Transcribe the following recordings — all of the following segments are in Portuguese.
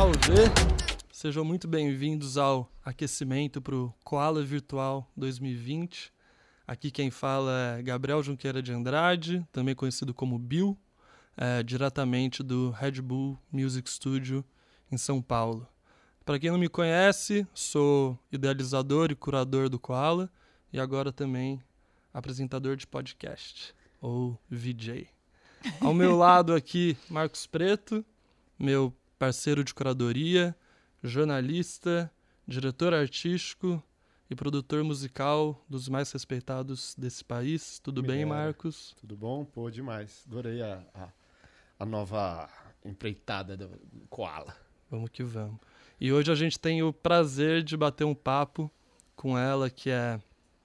Salve! Sejam muito bem-vindos ao aquecimento para o Koala Virtual 2020. Aqui quem fala é Gabriel Junqueira de Andrade, também conhecido como Bill, diretamente do Red Bull Music Studio em São Paulo. Para quem não me conhece, sou idealizador e curador do Koala e agora também apresentador de podcast, ou VJ. Ao meu lado aqui, Marcos Preto, meu parceiro de curadoria, jornalista, diretor artístico e produtor musical dos mais respeitados desse país. Tudo bem, Marcos? Tudo bom? Pô, demais. Adorei a nova empreitada do Koala. Vamos que vamos. E hoje a gente tem o prazer de bater um papo com ela, que é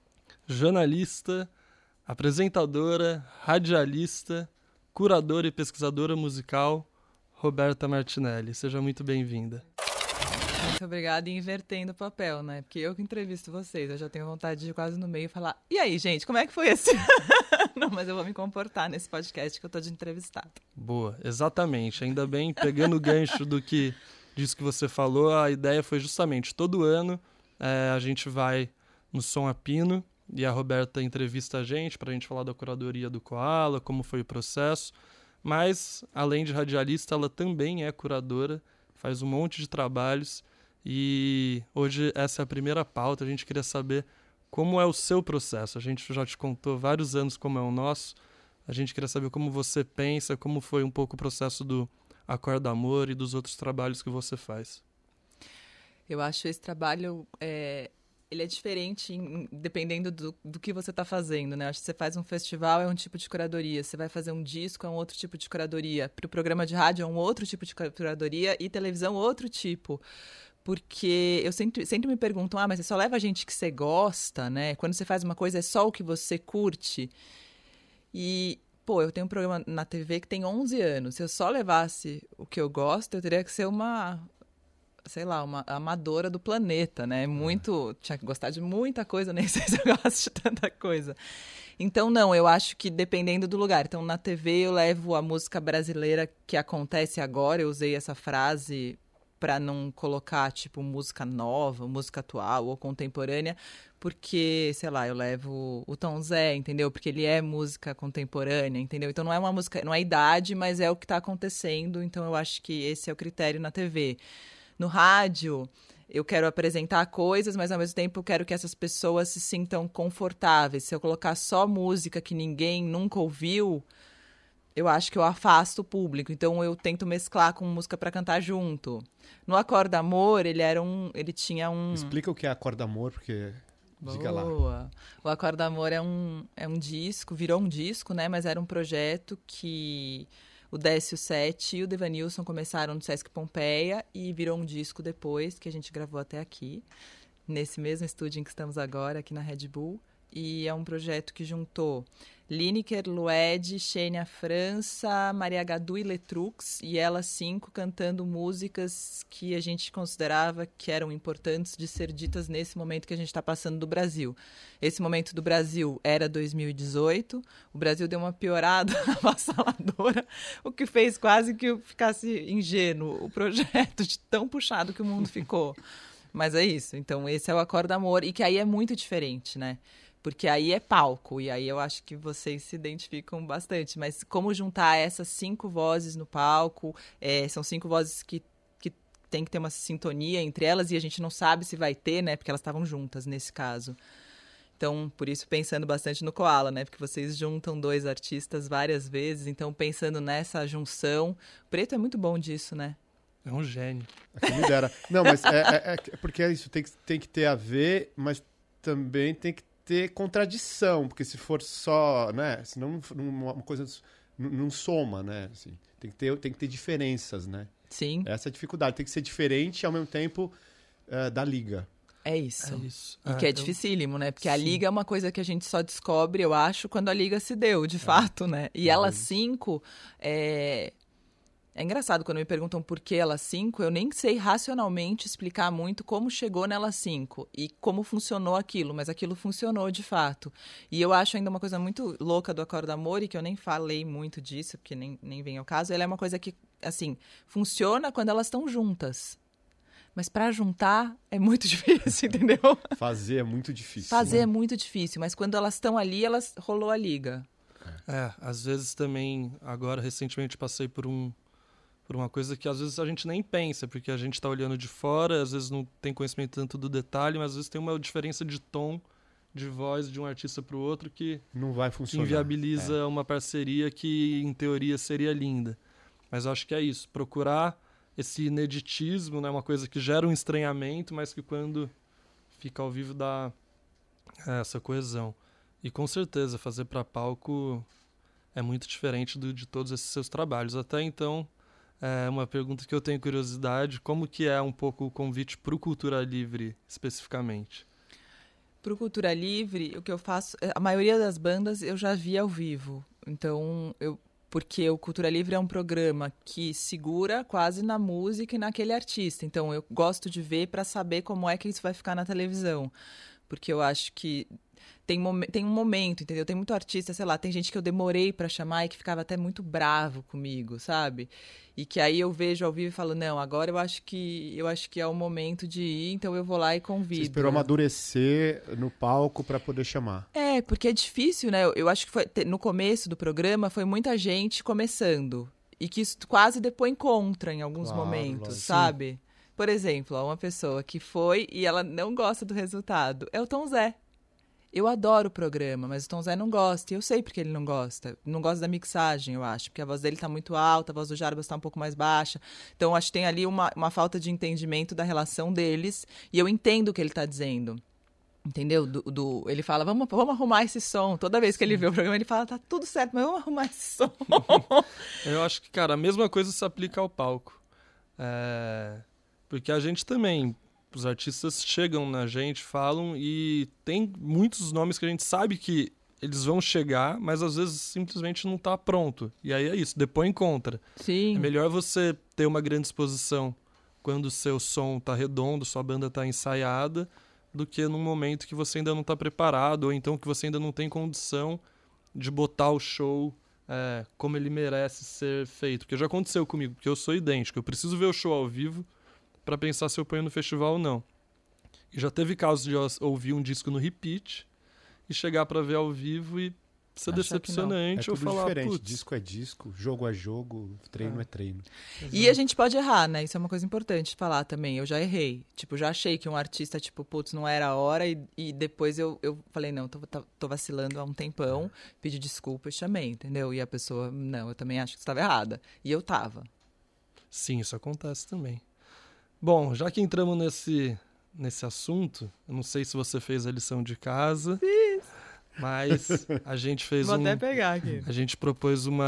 jornalista, apresentadora, radialista, curadora e pesquisadora musical, Roberta Martinelli. Seja muito bem-vinda. Muito obrigada, e invertendo o papel, né? Porque eu que entrevisto vocês, eu já tenho vontade de ir quase no meio falar: e aí, gente, como é que foi esse? Não, mas eu vou me comportar nesse podcast que eu tô de entrevistado. Boa, exatamente. Ainda bem, pegando o gancho disso que você falou, a ideia foi justamente, todo ano a gente vai no Som a Pino e a Roberta entrevista a gente pra gente falar da curadoria do Koala, como foi o processo. Mas, além de radialista, ela também é curadora, faz um monte de trabalhos. E hoje essa é a primeira pauta. A gente queria saber como é o seu processo. A gente já te contou vários anos como é o nosso. A gente queria saber como você pensa, como foi um pouco o processo do Acorda Amor e dos outros trabalhos que você faz. Eu acho esse trabalho, ele é diferente dependendo do que você está fazendo, né? Acho que você faz um festival, é um tipo de curadoria. Você vai fazer um disco, é um outro tipo de curadoria. Para o programa de rádio, é um outro tipo de curadoria. E televisão, outro tipo. Porque eu sempre me perguntam, mas você só leva a gente que você gosta, né? Quando você faz uma coisa, é só o que você curte. E, eu tenho um programa na TV que tem 11 anos. Se eu só levasse o que eu gosto, eu teria que ser uma amadora do planeta, né? Tinha que gostar de muita coisa, nem sei se eu gosto de tanta coisa. Então, não, eu acho que dependendo do lugar. Então, na TV eu levo a música brasileira que acontece agora. Eu usei essa frase para não colocar, tipo, música nova, música atual ou contemporânea, porque, eu levo o Tom Zé, entendeu? Porque ele é música contemporânea, entendeu? Então, não é uma música, não é idade, mas é o que está acontecendo. Então, eu acho que esse é o critério na TV. No rádio, eu quero apresentar coisas, mas ao mesmo tempo eu quero que essas pessoas se sintam confortáveis. Se eu colocar só música que ninguém nunca ouviu, eu acho que eu afasto o público. Então eu tento mesclar com música para cantar junto. No Acorda Amor, ele tinha um... Explica o que é Acorda Amor, porque... Diga lá. O Acorda Amor é um disco, virou um disco, né? Mas era um projeto que... O Décio Sete e o Devanilson começaram no Sesc Pompeia e virou um disco depois, que a gente gravou até aqui, nesse mesmo estúdio em que estamos agora, aqui na Red Bull. E é um projeto que juntou Lineker, Lued, Xênia França, Maria Gadu e Letrux, e elas 5 cantando músicas que a gente considerava que eram importantes de ser ditas nesse momento que a gente está passando do Brasil. Esse momento do Brasil era 2018, o Brasil deu uma piorada avassaladora, o que fez quase que eu ficasse ingênuo o projeto de tão puxado que o mundo ficou. Mas é isso, então esse é o Acorda Amor, e que aí é muito diferente, né? Porque aí é palco, e aí eu acho que vocês se identificam bastante. Mas como juntar essas 5 vozes no palco, são 5 vozes que tem que ter uma sintonia entre elas, e a gente não sabe se vai ter, né? Porque elas estavam juntas nesse caso. Então, por isso, pensando bastante no Koala, né? Porque vocês juntam 2 artistas várias vezes, então pensando nessa junção. O Preto é muito bom disso, né? É um gênio. Quem me dera. Não, mas porque é isso, tem que ter a ver, mas também tem que ter contradição, porque se for só, né, senão uma coisa não soma, né, assim, tem que ter diferenças, né? Sim. Essa é a dificuldade, tem que ser diferente e ao mesmo tempo da liga. É isso. E que é dificílimo, né? Porque a liga é uma coisa que a gente só descobre, eu acho, quando a liga se deu, de fato, né? E elas 5, É engraçado quando me perguntam por que elas 5, eu nem sei racionalmente explicar muito como chegou nelas 5 e como funcionou aquilo, mas aquilo funcionou de fato. E eu acho ainda uma coisa muito louca do Acorda Amor, e que eu nem falei muito disso, porque nem vem ao caso, ela é uma coisa que assim, funciona quando elas estão juntas. Mas para juntar é muito difícil, entendeu? Fazer é muito difícil. Fazer é muito difícil, mas quando elas estão ali, rolou a liga. Às vezes também, agora recentemente passei por uma coisa que às vezes a gente nem pensa, porque a gente está olhando de fora, às vezes não tem conhecimento tanto do detalhe, mas às vezes tem uma diferença de tom, de voz de um artista para o outro que não vai funcionar. Inviabiliza uma parceria que, em teoria, seria linda. Mas eu acho que é isso, procurar esse ineditismo, né, uma coisa que gera um estranhamento, mas que quando fica ao vivo dá essa coesão. E com certeza, fazer para palco é muito diferente de todos esses seus trabalhos. Até então, uma pergunta que eu tenho curiosidade, como que é um pouco o convite para o Cultura Livre, especificamente? Para o Cultura Livre, o que eu faço... A maioria das bandas eu já vi ao vivo. Então, porque o Cultura Livre é um programa que segura quase na música e naquele artista. Então, eu gosto de ver para saber como é que isso vai ficar na televisão. Porque eu acho que tem um momento, entendeu? Tem muito artista, sei lá, tem gente que eu demorei para chamar e que ficava até muito bravo comigo, sabe? E que aí eu vejo ao vivo e falo, não, agora eu acho que é o momento de ir, então eu vou lá e convido. Você esperou amadurecer no palco para poder chamar. Porque é difícil, né? Eu acho que no começo do programa foi muita gente começando e que isso quase depõe contra em alguns momentos, lógico. sabe? Por exemplo, uma pessoa que foi e ela não gosta do resultado é o Tom Zé. Eu adoro o programa, mas o Tom Zé não gosta. E eu sei porque ele não gosta. Não gosta da mixagem, eu acho. Porque a voz dele tá muito alta, a voz do Jarbas tá um pouco mais baixa. Então, acho que tem ali uma falta de entendimento da relação deles. E eu entendo o que ele tá dizendo. Entendeu? Ele fala, vamos arrumar esse som. Toda vez que ele vê o programa, ele fala, tá tudo certo, mas vamos arrumar esse som. Eu acho que, cara, a mesma coisa se aplica ao palco. Porque a gente também... Os artistas chegam na gente, falam, e tem muitos nomes que a gente sabe que eles vão chegar, mas às vezes simplesmente não está pronto. E aí é isso, depõe contra. Sim. É melhor você ter uma grande exposição quando o seu som está redondo, sua banda está ensaiada, do que num momento que você ainda não está preparado, ou então que você ainda não tem condição de botar o show como ele merece ser feito. Porque já aconteceu comigo, porque eu sou idêntico. Eu preciso ver o show ao vivo para pensar se eu ponho no festival ou não. E já teve casos de eu ouvir um disco no repeat e chegar para ver ao vivo e ser decepcionante. É tudo ou falar, diferente. putz. Disco é disco, jogo é jogo, treino é treino. E a gente pode errar, né? Isso é uma coisa importante de falar também. Eu já errei. Tipo, já achei que um artista, putz, não era a hora. E depois eu falei, não, tô vacilando há um tempão. Pedi desculpa e chamei, entendeu? E a pessoa, não, eu também acho que você estava errada. E eu tava. Sim, isso acontece também. Bom, já que entramos nesse assunto, eu não sei se você fez a lição de casa, Fiz. mas a gente fez Vou até pegar aqui. A gente propôs um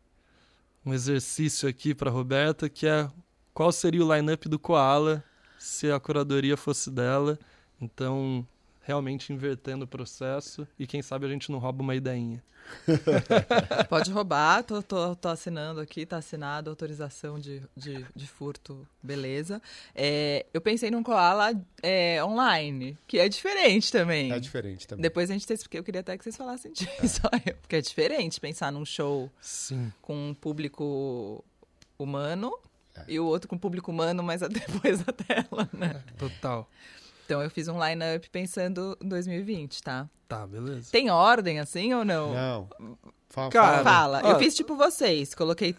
exercício aqui para Roberta, que é qual seria o line-up do Koala se a curadoria fosse dela. Então, realmente invertendo o processo e quem sabe a gente não rouba uma ideinha. Pode roubar, tô assinando aqui, tá assinado, autorização de furto, beleza. Eu pensei num Koala online, que é diferente também. É diferente também. Depois a gente tem, porque eu queria até que vocês falassem disso, porque é diferente pensar num show Sim. com um público humano e o outro com público humano, mas depois da tela, né? Total. Então eu fiz um line-up pensando em 2020, tá? Tá, beleza. Tem ordem assim ou não? Não. Fala. Eu fiz tipo vocês. Coloquei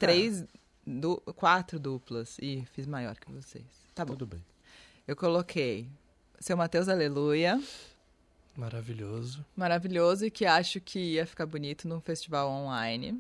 4 duplas. Ih, fiz maior que vocês. Tá bom. Tudo bem. Eu coloquei Seu Mateus Aleluia. Maravilhoso. Maravilhoso e que acho que ia ficar bonito num festival online.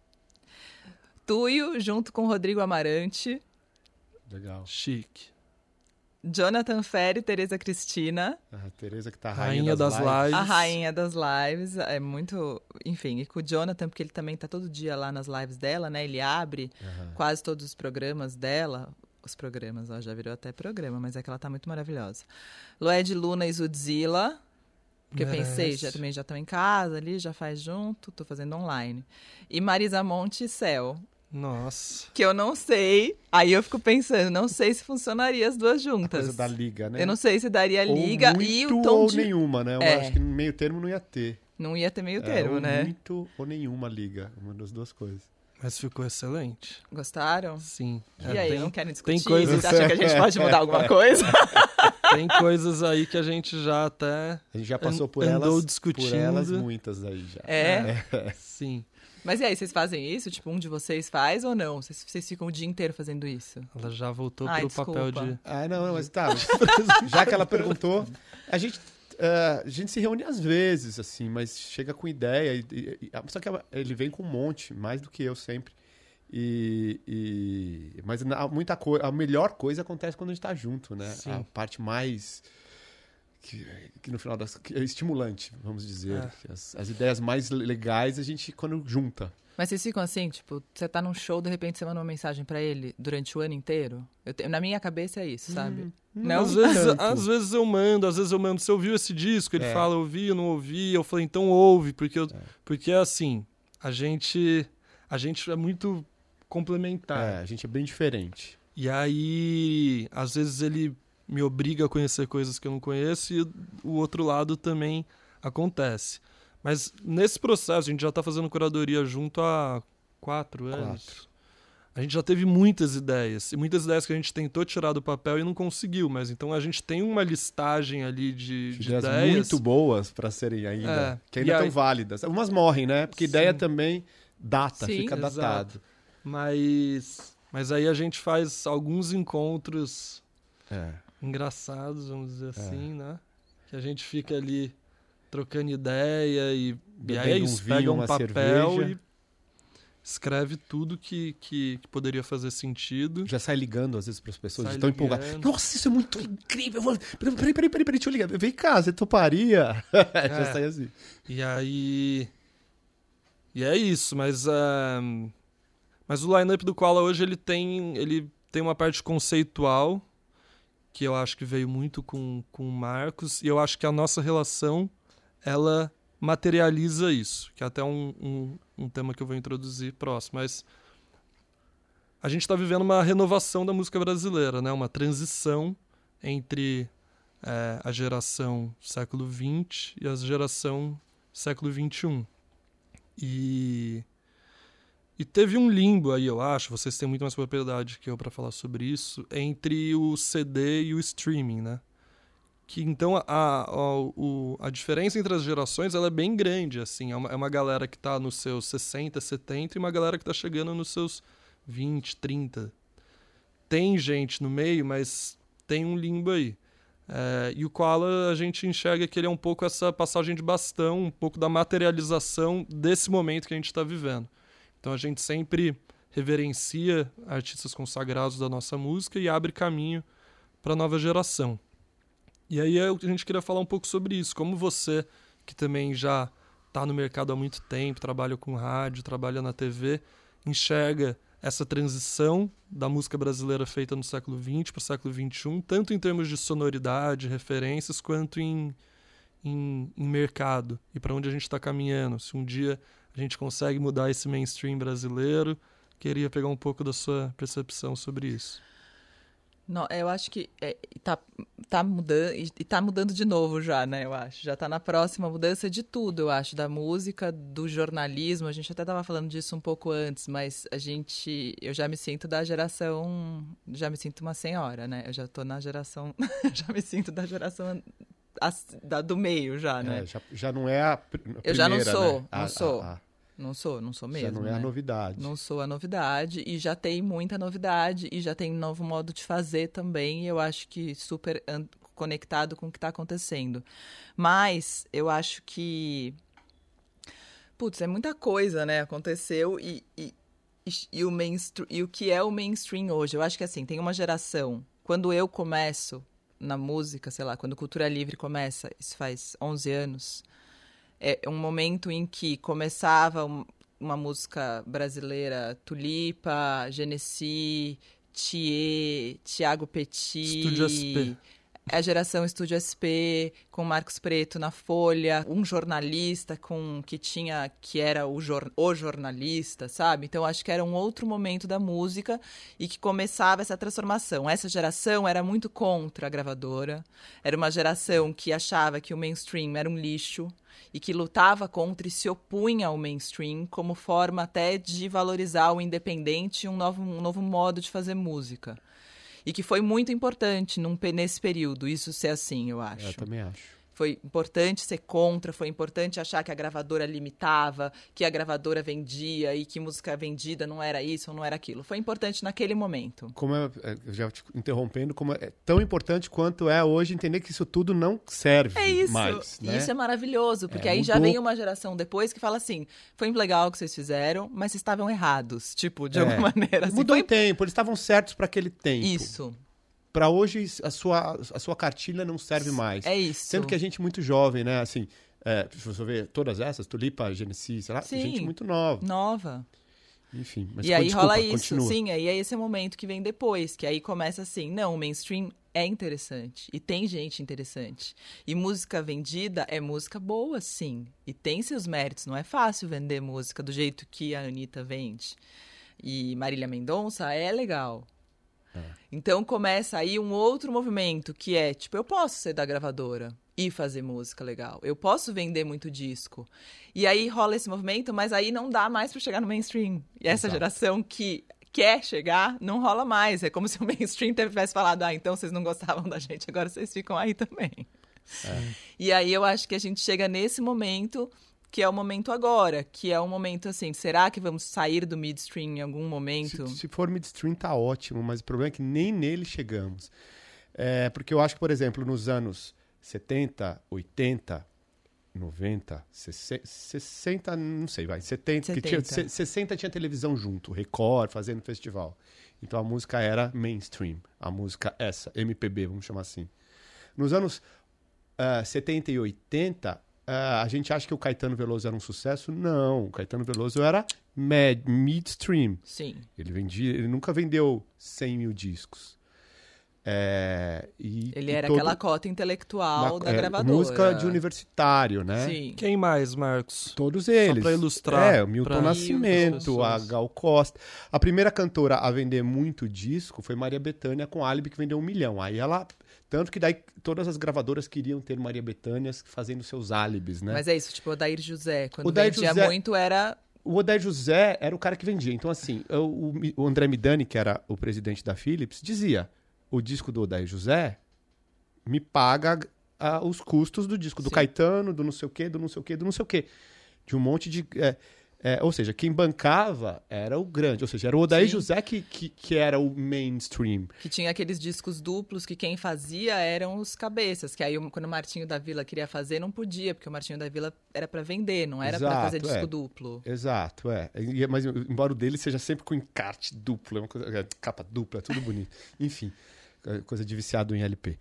Tuyo junto com Rodrigo Amarante. Legal. Chique. Jonathan Ferri e Tereza Cristina. A Tereza que tá a Rainha das lives. A rainha das lives. É muito... Enfim, e com o Jonathan, porque ele também tá todo dia lá nas lives dela, né? Ele abre quase todos os programas dela. Os programas, ó, já virou até programa, mas é que ela tá muito maravilhosa. Lued Luna e Zudzilla. Porque eu pensei, já estão em casa ali, já faz junto. Tô fazendo online. E Marisa Monte e Céu. Nossa. Que eu não sei. Aí eu fico pensando, não sei se funcionaria as duas juntas. A coisa da liga, né? Eu não sei se daria liga ou muito, e o tom ou de... nenhuma, né? Eu acho que no meio termo não ia ter. Não ia ter meio termo, ou né? muito ou nenhuma liga. Uma das duas coisas. Mas ficou excelente. Gostaram? Sim. E aí, não querem discutir? Tem coisas... Você acha que a gente pode mudar alguma coisa? Tem coisas aí que a gente já até A gente já passou por andou elas, discutindo. muitas aí já. Sim. Mas e aí, vocês fazem isso? Tipo, um de vocês faz ou não? Vocês ficam o dia inteiro fazendo isso? Ela já voltou Ai, pro desculpa. papel de... Não, mas tá. Já que ela perguntou, a gente se reúne às vezes, assim, mas chega com ideia. Só que ele vem com um monte, mais do que eu sempre. Mas a melhor coisa acontece quando a gente tá junto, né? Sim. A parte mais... Que no final que é estimulante, vamos dizer. As ideias mais legais a gente quando junta. Mas vocês ficam assim, tipo, você tá num show, de repente você manda uma mensagem pra ele durante o ano inteiro? Na minha cabeça é isso, sabe? Não? Às vezes eu mando, você ouviu esse disco? Ele fala, ouvi, eu não ouvi. Eu falei, então ouve, porque assim, a gente é muito complementar. A gente é bem diferente. E aí, às vezes ele me obriga a conhecer coisas que eu não conheço e o outro lado também acontece. Mas nesse processo, a gente já está fazendo curadoria junto há 4 anos. A gente já teve muitas ideias. E muitas ideias que a gente tentou tirar do papel e não conseguiu. Mas então a gente tem uma listagem ali de ideias muito boas para serem ainda. Que ainda estão válidas. Algumas morrem, né? Porque ideia também data, fica datado. Mas aí a gente faz alguns encontros engraçados, vamos dizer assim, né? Que a gente fica ali trocando ideia e aí é isso, pega um papel e escreve tudo que poderia fazer sentido. Já sai ligando às vezes para as pessoas, estão empolgadas. Nossa, isso é muito incrível. Peraí, deixa eu ligar. Vem cá, você toparia? Já sai assim. E aí... E é isso, mas o line-up do Koala hoje ele tem uma parte conceitual que eu acho que veio muito com o Marcos, e eu acho que a nossa relação ela materializa isso, que é até um tema que eu vou introduzir próximo, mas a gente está vivendo uma renovação da música brasileira, né? Uma transição entre a geração século XX e a geração século XXI. E teve um limbo aí, eu acho, vocês têm muito mais propriedade que eu para falar sobre isso, entre o CD e o streaming, né? Que então a diferença entre as gerações ela é bem grande, assim. É uma galera que está nos seus 60, 70 e uma galera que está chegando nos seus 20, 30. Tem gente no meio, mas tem um limbo aí. E o Koala, a gente enxerga que ele é um pouco essa passagem de bastão, um pouco da materialização desse momento que a gente está vivendo. Então a gente sempre reverencia artistas consagrados da nossa música e abre caminho para a nova geração. E aí a gente queria falar um pouco sobre isso. Como você, que também já está no mercado há muito tempo, trabalha com rádio, trabalha na TV, enxerga essa transição da música brasileira feita no século XX para o século XXI, tanto em termos de sonoridade, referências, quanto em mercado e para onde a gente está caminhando. Se um dia a gente consegue mudar esse mainstream brasileiro, queria pegar um pouco da sua percepção sobre isso. Não, eu acho que tá mudando, e tá mudando de novo já, né, eu acho. Já tá na próxima mudança de tudo, eu acho, da música, do jornalismo. A gente até tava falando disso um pouco antes, mas eu já me sinto da geração, já me sinto uma senhora, né? Eu já tô na geração, já me sinto da geração do meio já, né? Já não é a primeira, eu já não sou, né? Não sou mesmo. Já não é a novidade. Não sou a novidade e já tem muita novidade e já tem um novo modo de fazer também. E eu acho que super conectado com o que está acontecendo. Mas eu acho que... Putz, é muita coisa, né? Aconteceu e o que é o mainstream hoje. Eu acho que assim, tem uma geração... Quando eu começo na música, sei lá, quando Cultura Livre começa, isso faz 11 anos... É um momento em que começava uma música brasileira, Tulipa, Genesi, Thier, Thiago Petit... Estúdio SP. É a geração Estúdio SP, com Marcos Preto na Folha, um jornalista que era o jornalista, sabe? Então, acho que era um outro momento da música e que começava essa transformação. Essa geração era muito contra a gravadora, era uma geração que achava que o mainstream era um lixo e que lutava contra e se opunha ao mainstream como forma até de valorizar o independente e um novo modo de fazer música. E que foi muito importante nesse período, isso ser assim, eu acho. Eu também acho. Foi importante ser contra, foi importante achar que a gravadora limitava, que a gravadora vendia e que música vendida não era isso ou não era aquilo. Foi importante naquele momento. Já te interrompendo, como é tão importante quanto é hoje entender que isso tudo não serve mais. E né? isso é maravilhoso, porque aí já vem uma geração depois que fala assim, foi legal o que vocês fizeram, mas vocês estavam errados, tipo, de alguma maneira. Assim, mudou o tempo, eles estavam certos para aquele tempo. Isso. Para hoje, a sua cartilha não serve mais. É isso. Sendo que a gente muito jovem, né? Assim, se você ver todas essas, Tulipa, Genesis, sei lá, Sim, gente muito nova. Nova. Enfim, mas e aí desculpa, rola isso, continua. sim, aí é esse momento que vem depois, que aí começa assim, não, o mainstream é interessante, e tem gente interessante. E música vendida é música boa, sim, e tem seus méritos, não é fácil vender música do jeito que a Anitta vende. E Marília Mendonça é legal. Então começa aí um outro movimento que é, tipo, eu posso ser da gravadora e fazer música legal. Eu posso vender muito disco. E aí rola esse movimento, mas aí não dá mais para chegar no mainstream. E essa geração que quer chegar, não rola mais. É como se o mainstream tivesse falado, então vocês não gostavam da gente, agora vocês ficam aí também. E aí eu acho que a gente chega nesse momento, que é o momento agora, que é um momento assim, será que vamos sair do midstream em algum momento? Se for midstream tá ótimo, mas o problema é que nem nele chegamos. Porque eu acho que, por exemplo, nos anos 70, 80, 90, 60, não sei, 70. Que tinha, 60 tinha televisão junto, Record, fazendo festival. Então a música era mainstream, a música MPB, vamos chamar assim. Nos anos 70 e 80, a gente acha que o Caetano Veloso era um sucesso? Não, o Caetano Veloso era midstream. Sim. Ele nunca vendeu 100 mil discos. Ele era aquela cota intelectual da gravadora. Música de universitário, né? Sim. Quem mais, Marcos? Todos eles. Só pra ilustrar. O Milton Nascimento, a Gal Costa. A primeira cantora a vender muito disco foi Maria Bethânia com Alibi, que vendeu 1 milhão. Aí ela... Tanto que daí todas as gravadoras queriam ter Maria Bethânia fazendo seus álibis, né? Mas é isso, tipo o Odair José. Quando Odair vendia José... muito era... O Odair José era o cara que vendia. Então, assim, o André Midani, que era o presidente da Philips, dizia: o disco do Odair José me paga os custos do disco do Caetano, do não sei o quê, do não sei o quê, do não sei o quê. De um monte de... ou seja, quem bancava era o grande. Ou seja, era o Odair José que era o mainstream. Que tinha aqueles discos duplos que quem fazia eram os cabeças. Que aí, quando o Martinho da Vila queria fazer, não podia. Porque o Martinho da Vila era para vender, não era para fazer disco duplo. Exato, Mas embora o dele seja sempre com encarte duplo, uma coisa, capa dupla, tudo bonito. Enfim, coisa de viciado em LP.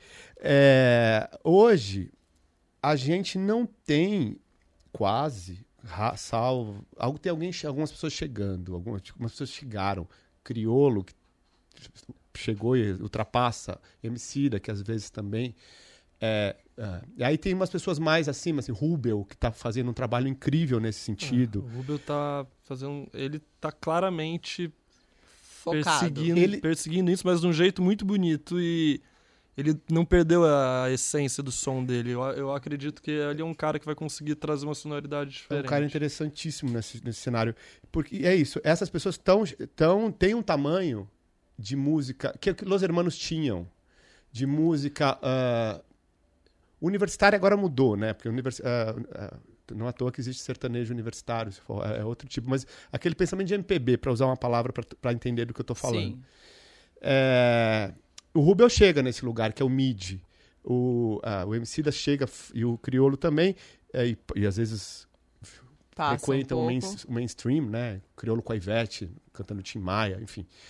Hoje, a gente não tem quase... salvo, tem algumas pessoas chegando, algumas pessoas chegaram, Criolo que chegou e ultrapassa, Emicida, que às vezes também e aí tem umas pessoas mais acima, assim, Rubel, que tá fazendo um trabalho incrível nesse sentido. O Rubel tá fazendo, ele tá claramente focado, perseguindo isso, mas de um jeito muito bonito, e ele não perdeu a essência do som dele. Eu acredito que ele é um cara que vai conseguir trazer uma sonoridade diferente. É um cara interessantíssimo nesse cenário. Porque é isso, essas pessoas têm um tamanho de música que Los Hermanos tinham. De música universitária agora mudou, né? Porque não é à toa que existe sertanejo universitário, é outro tipo. Mas aquele pensamento de MPB, para usar uma palavra para entender do que eu estou falando. Sim. O Rubel chega nesse lugar, que é o mid. O Emicida chega, e o Criolo também, e às vezes frequentam o mainstream, né? O Criolo com a Ivete, cantando Tim Maia, enfim.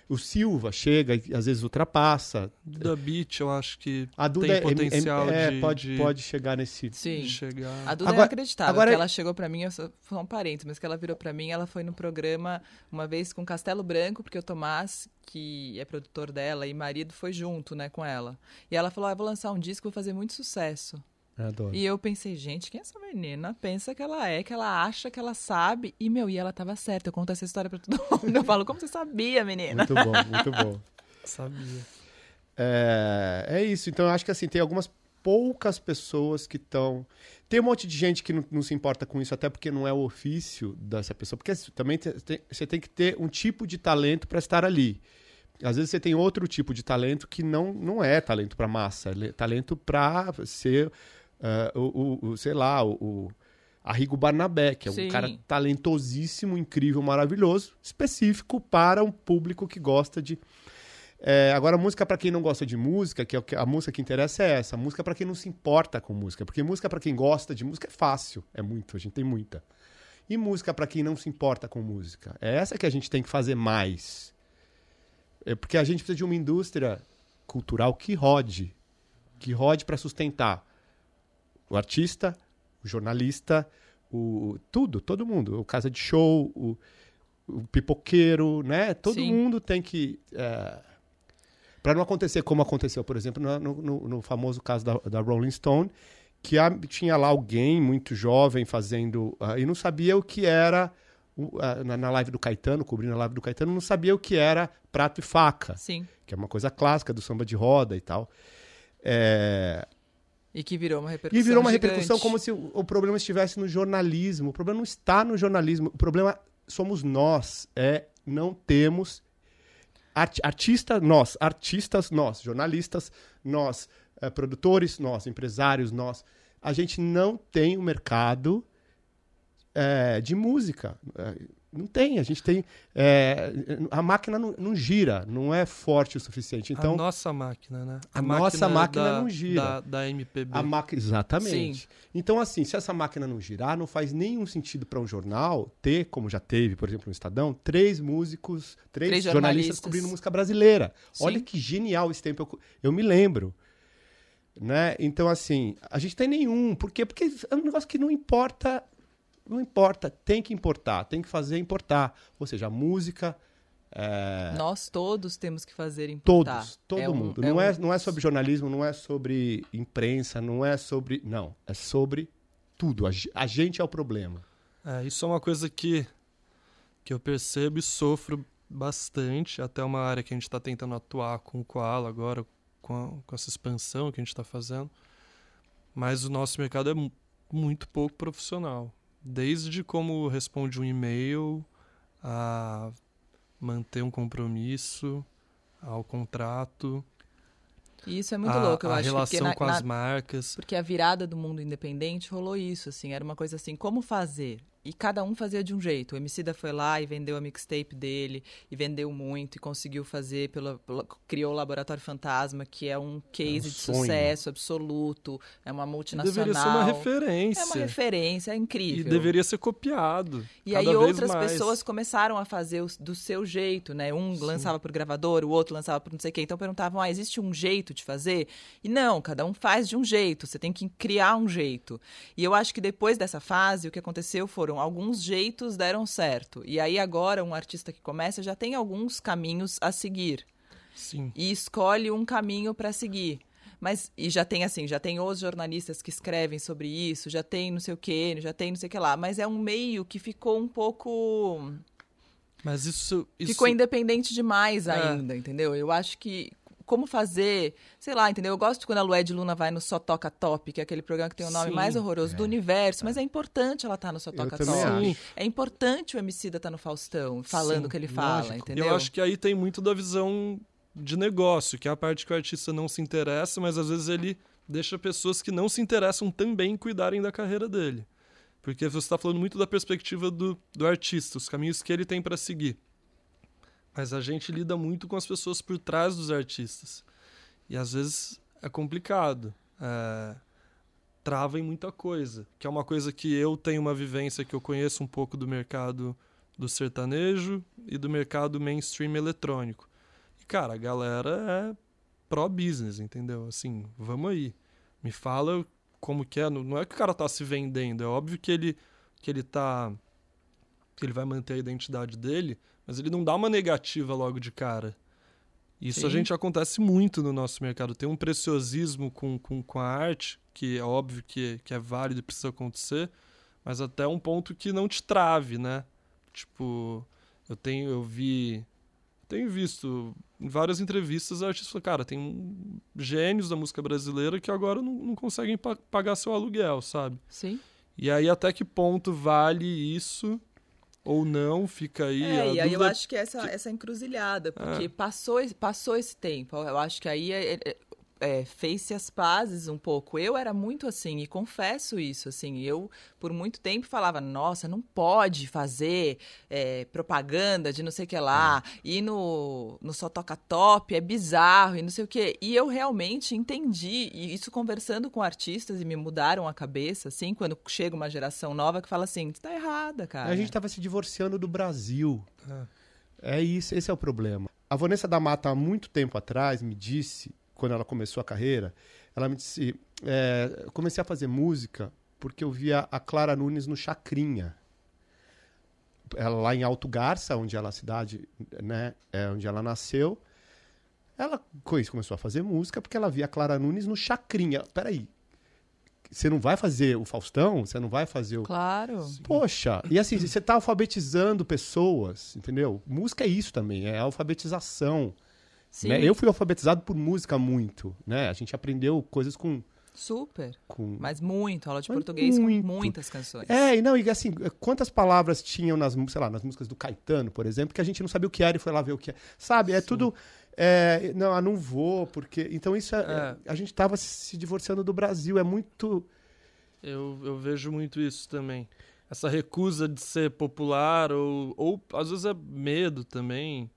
O Silva chega e às vezes ultrapassa. Duda Beat, eu acho que A Duda tem potencial pode chegar nesse... Sim. de chegar. A Duda é inacreditável, que ela chegou pra mim, só um parênteses, mas que ela virou pra mim, ela foi no programa uma vez com Castelo Branco, porque o Tomás, que é produtor dela e marido, foi junto, né, com ela. E ela falou, eu vou lançar um disco, vou fazer muito sucesso. Adoro. E eu pensei, gente, quem é essa menina? Pensa que ela acha que ela sabe. E ela tava certa. Eu conto essa história pra todo mundo. Eu falo, como você sabia, menina? Muito bom, muito bom. Sabia. É isso. Então, eu acho que assim, tem algumas poucas pessoas que estão... Tem um monte de gente que não se importa com isso, até porque não é o ofício dessa pessoa. Porque também você tem que ter um tipo de talento para estar ali. Às vezes você tem outro tipo de talento que não é talento para massa. É talento para ser... sei lá, o Arrigo Barnabé, que é um cara talentosíssimo, incrível, maravilhoso, específico para um público que gosta de... agora, música para quem não gosta de música, que é a música que interessa é essa. Música para quem não se importa com música. Porque música para quem gosta de música é fácil, é muito, a gente tem muita. E música para quem não se importa com música. É essa que a gente tem que fazer mais. Porque a gente precisa de uma indústria cultural que rode para sustentar o artista, o jornalista, todo mundo. O casa de show, o pipoqueiro, né? Todo mundo tem que... para não acontecer como aconteceu, por exemplo, no famoso caso da Rolling Stone, que tinha lá alguém muito jovem fazendo... e não sabia o que era... na live do Caetano, cobrindo a live do Caetano, não sabia o que era prato e faca. Sim. Que é uma coisa clássica do samba de roda e tal. E que virou uma repercussão. E virou uma gigante. repercussão como se o problema estivesse no jornalismo. O problema não está no jornalismo. O problema somos nós. Não temos... artistas, nós. Jornalistas, nós. Produtores, nós. Empresários, nós. A gente não tem um mercado de música. Não tem. A gente tem... a máquina não gira. Não é forte o suficiente. Então, a nossa máquina, né? A nossa máquina não gira. Da MPB. Exatamente. Sim. Então, assim, se essa máquina não girar, não faz nenhum sentido para um jornal ter, como já teve, por exemplo, no Estadão, três jornalistas cobrindo música brasileira. Sim. Olha que genial esse tempo. Eu me lembro. Né? Então, assim, a gente tem nenhum. Por quê? Porque é um negócio que não importa. Não importa. Tem que importar. Tem que fazer importar. Ou seja, a música... Nós todos temos que fazer importar. Todo mundo. Não é sobre jornalismo, não é sobre imprensa, não é sobre... Não, é sobre tudo. A gente é o problema. Isso é uma coisa que eu percebo e sofro bastante, até uma área que a gente está tentando atuar com o Koala agora, com essa expansão que a gente está fazendo. Mas o nosso mercado é muito pouco profissional. Desde como responde um e-mail, a manter um compromisso, ao contrato. E isso é muito louco, eu acho. A relação com as marcas. Porque a virada do mundo independente rolou isso, assim. Era uma coisa assim, como fazer? E cada um fazia de um jeito. O Emicida foi lá e vendeu a mixtape dele, e vendeu muito, e conseguiu fazer, criou o Laboratório Fantasma, que é um case de sucesso absoluto, é uma multinacional. Deveria ser uma referência. É uma referência, é incrível. E deveria ser copiado. E aí outras pessoas começaram a fazer do seu jeito, né? Um lançava por gravador, o outro lançava por não sei o quê. Então perguntavam, existe um jeito de fazer? E não, cada um faz de um jeito, você tem que criar um jeito. E eu acho que depois dessa fase, o que aconteceu foram alguns jeitos deram certo. E aí agora um artista que começa já tem alguns caminhos a seguir. Sim. E escolhe um caminho para seguir. E já tem os jornalistas que escrevem sobre isso, já tem não sei o quê, já tem não sei o que lá. Mas é um meio que ficou um pouco... Mas isso... Ficou independente demais ainda, entendeu? Eu acho que... Como fazer, sei lá, entendeu? Eu gosto quando a Lued Luna vai no Só Toca Top, que é aquele programa que tem o nome mais horroroso do universo, mas é importante ela estar no Só Toca Top. É importante o Emicida estar no Faustão, falando o que ele fala, entendeu? Eu acho que aí tem muito da visão de negócio, que é a parte que o artista não se interessa, mas às vezes ele deixa pessoas que não se interessam também cuidarem da carreira dele. Porque você está falando muito da perspectiva do artista, os caminhos que ele tem para seguir. Mas a gente lida muito com as pessoas por trás dos artistas. E às vezes é complicado. Trava em muita coisa. Que é uma coisa que eu tenho uma vivência, que eu conheço um pouco do mercado do sertanejo e do mercado mainstream eletrônico. cara, a galera é pró-business, entendeu? Assim, vamos aí. Me fala como que é. Não é que o cara tá se vendendo, é óbvio que ele vai manter a identidade dele, mas ele não dá uma negativa logo de cara. Isso Sim. a gente acontece muito no nosso mercado. Tem um preciosismo com a arte, que é óbvio que é válido e precisa acontecer, mas até um ponto que não te trave, né? Tipo, eu tenho visto em várias entrevistas artistas falam, cara, tem gênios da música brasileira que agora não conseguem pagar seu aluguel, sabe? Sim. E aí até que ponto vale isso ou não, fica aí a E aí eu dúvida. acho que essa encruzilhada, porque passou esse tempo. Eu acho que aí fez-se as pazes um pouco. Eu era muito assim, e confesso isso, assim, eu por muito tempo falava, nossa, não pode fazer propaganda de não sei o que lá, e no Só Toca Top, é bizarro, e não sei o que. E eu realmente entendi, e isso conversando com artistas, e me mudaram a cabeça, assim, quando chega uma geração nova que fala assim, você tá errada, cara. A gente tava se divorciando do Brasil. É isso, esse é o problema. A Vanessa da Mata, há muito tempo atrás, me disse, quando ela começou a carreira, ela me disse, eu comecei a fazer música porque eu via a Clara Nunes no Chacrinha. Ela lá em Alto Garça, onde ela, a cidade, né, onde ela nasceu. Ela começou a fazer música porque ela via a Clara Nunes no Chacrinha. Peraí, você não vai fazer o Faustão? Você não vai fazer o... Claro. Poxa, e assim, você tá alfabetizando pessoas, entendeu? Música é isso também, é alfabetização. Sim. Né? Eu fui alfabetizado por música muito, né? A gente aprendeu coisas com... Super. com... Mas muito, aula de Mas português muito. com muitas canções. E não, e assim, quantas palavras tinham nas, sei lá, nas músicas do Caetano, por exemplo, que a gente não sabia o que era e foi lá ver o que é. Sabe, é tudo... não vou, porque... Então isso a gente tava se divorciando do Brasil, é muito... Eu vejo muito isso também. Essa recusa de ser popular ou às vezes é medo também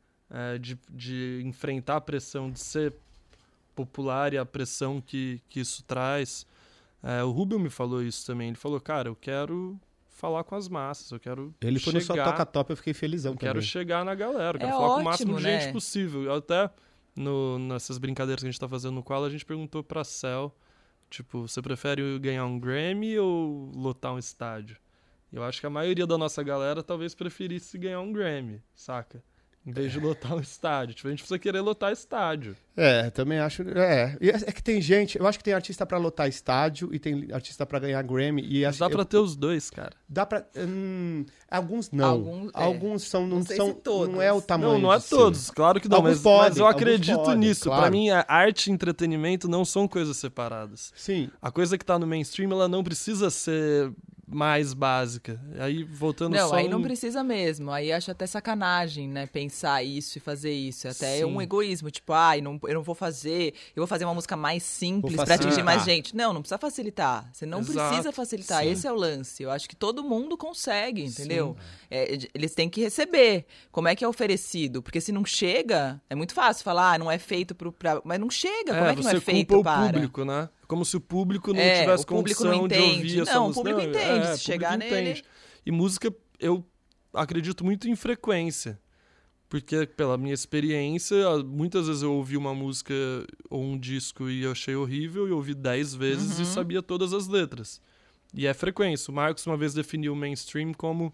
de enfrentar a pressão de ser popular e a pressão que isso traz. O Rubio me falou isso também. Ele falou, cara, eu quero falar com as massas, eu quero Ele foi no Só chegar, Toca Top, eu fiquei felizão também. quero chegar na galera, eu quero É falar com o ótimo, máximo de né? gente possível. Eu até, nessas brincadeiras que a gente tá fazendo no Qual, a gente perguntou pra Cel, tipo, você prefere ganhar um Grammy ou lotar um estádio? Eu acho que a maioria da nossa galera talvez preferisse ganhar um Grammy, saca? Em vez de lotar um estádio. Tipo, a gente precisa querer lotar estádio. Também acho. E é que tem gente. Eu acho que tem artista pra lotar estádio e tem artista pra ganhar Grammy. Mas dá pra ter os dois, cara. Dá pra. Alguns não. Alguns são. Não sei são. se todos. Não é o tamanho. Não é de ser. todos, claro que não. Alguns Mas podem, eu alguns acredito podem, nisso. claro. Pra mim, a arte e entretenimento não são coisas separadas. Sim. A coisa que tá no mainstream, ela não precisa ser mais básica. Aí, voltando Não, só... aí não precisa mesmo. Aí acho até sacanagem, né? Pensar isso e fazer isso. Até Sim. um egoísmo. Tipo, eu não vou fazer... Eu vou fazer uma música mais simples Vou pra atingir facilitar. mais gente. Não precisa facilitar. Você não Exato. precisa facilitar. Sim. Esse é o lance. Eu acho que todo mundo consegue, entendeu? Eles têm que receber. Como é que é oferecido? Porque se não chega... É muito fácil falar, não é feito mas não chega. Como é que não é você feito culpa para? o público, né? Como se o público não É, tivesse o público condição não de entende. ouvir essa Não, o música. público entende. Se o chegar público nele- entende. E música, eu acredito muito em frequência. Porque, pela minha experiência, muitas vezes eu ouvi uma música ou um disco e eu achei horrível, e eu ouvi 10 vezes e sabia todas as letras. E é frequência. O Marcos uma vez definiu o mainstream como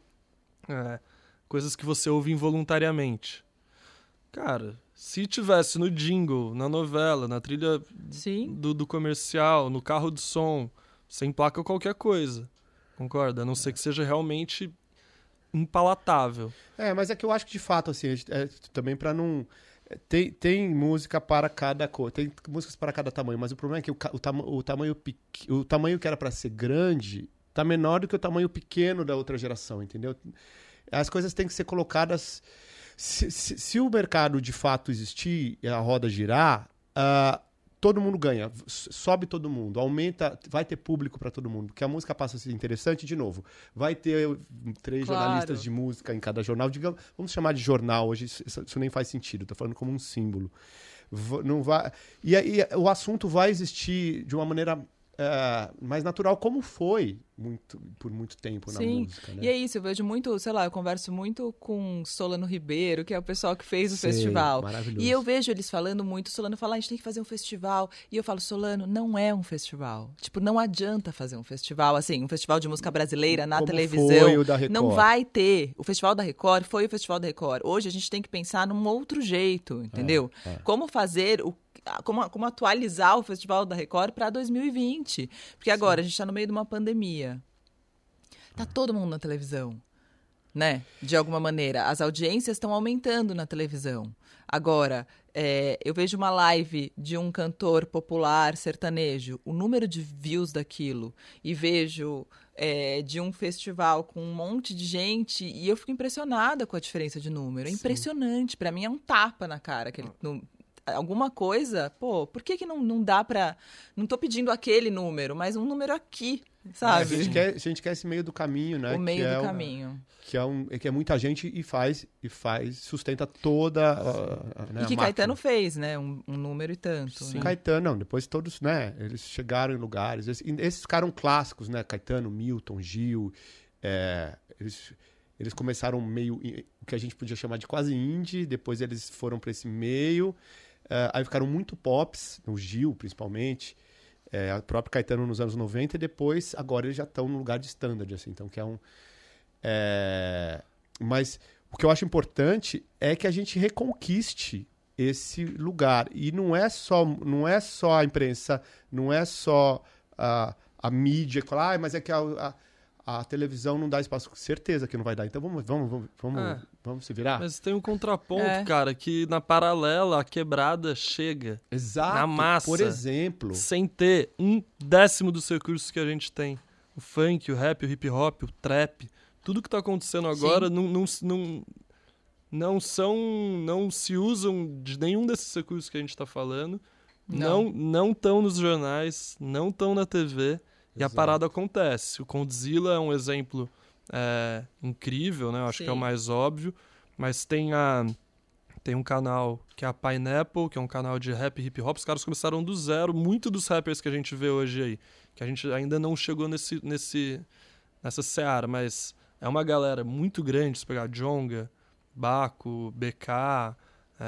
coisas que você ouve involuntariamente. Cara, se tivesse no jingle, na novela, na trilha Sim. do comercial, no carro de som, você emplaca qualquer coisa. Concorda? A não ser que seja realmente impalatável. Mas é que eu acho que de fato, assim, também pra não... Tem música para cada cor, tem músicas para cada tamanho, mas o problema é que o tamanho que era pra ser grande tá menor do que o tamanho pequeno da outra geração, entendeu? As coisas têm que ser colocadas... Se o mercado de fato existir e a roda girar, todo mundo ganha, sobe todo mundo, aumenta, vai ter público para todo mundo, porque a música passa a ser interessante. De novo, vai ter 3 jornalistas de música em cada jornal, digamos, vamos chamar de jornal hoje, isso nem faz sentido, estou falando como um símbolo. Não vai, e aí o assunto vai existir de uma maneira mais natural, como foi por muito tempo na Sim. música, né? E é isso, eu vejo muito, sei lá, eu converso muito com Solano Ribeiro, que é o pessoal que fez o Sei, festival. maravilhoso. E eu vejo eles falando muito, Solano fala, a gente tem que fazer um festival. E eu falo, Solano, não é um festival. Tipo, não adianta fazer um festival, assim, um festival de música brasileira na Como televisão. foi o da Record. Não vai ter. O Festival da Record foi o Festival da Record. Hoje a gente tem que pensar num outro jeito, entendeu? Como fazer como atualizar o Festival da Record para 2020. Porque agora a gente está no meio de uma pandemia. Tá todo mundo na televisão, né? De alguma maneira. As audiências estão aumentando na televisão. Agora, eu vejo uma live de um cantor popular sertanejo, o número de views daquilo, e vejo de um festival com um monte de gente, e eu fico impressionada com a diferença de número. É impressionante. Para mim é um tapa na cara. Alguma coisa, por que não dá pra... Não tô pedindo aquele número, mas um número aqui, sabe? A gente quer esse meio do caminho, né? O meio do caminho. Que é muita gente e faz, sustenta toda né, e que a Caetano fez, né? Um número e tanto. Sim. Né? Caetano, não, depois todos, né? Eles chegaram em lugares. Esses ficaram clássicos, né? Caetano, Milton, Gil. Eles começaram meio... O que a gente podia chamar de quase indie. Depois eles foram para esse meio... aí ficaram muito pops, o Gil principalmente, o próprio Caetano nos anos 90, e depois, agora eles já estão no lugar de standard, assim, então que é um... Mas o que eu acho importante é que a gente reconquiste esse lugar, e não é só a imprensa, não é só a mídia, mas é que a televisão não dá espaço, com certeza que não vai dar, então vamos se virar. Mas tem um contraponto, cara, que na paralela a quebrada chega. Exato, na massa, por exemplo. Sem ter 1/10 dos recursos que a gente tem. O funk, o rap, o hip hop, o trap, tudo que tá acontecendo agora não se usam de nenhum desses recursos que a gente tá falando. Não estão nos jornais, não estão na TV. E a parada acontece. O Condzilla é um exemplo incrível, né? Eu acho que é o mais óbvio. Mas tem um canal que é a Pineapple, que é um canal de rap e hip hop. Os caras começaram do zero. Muito dos rappers que a gente vê hoje aí, que a gente ainda não chegou nessa seara, mas é uma galera muito grande. Se pegar Djonga, Baco, BK...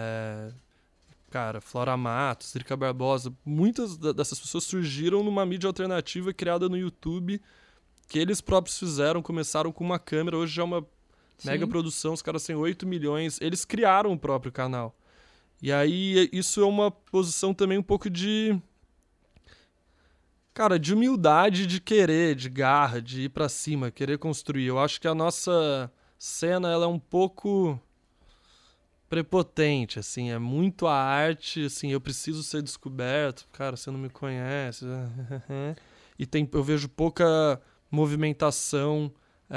Cara, Flora Matos, Drica Barbosa, muitas dessas pessoas surgiram numa mídia alternativa criada no YouTube, que eles próprios fizeram, começaram com uma câmera, hoje já é uma mega produção, os caras têm 8 milhões, eles criaram o próprio canal. E aí isso é uma posição também um pouco de... Cara, de humildade, de querer, de garra, de ir pra cima, querer construir. Eu acho que a nossa cena, ela é um pouco... prepotente, assim, é muito a arte, assim, eu preciso ser descoberto, cara, você não me conhece, e eu vejo pouca movimentação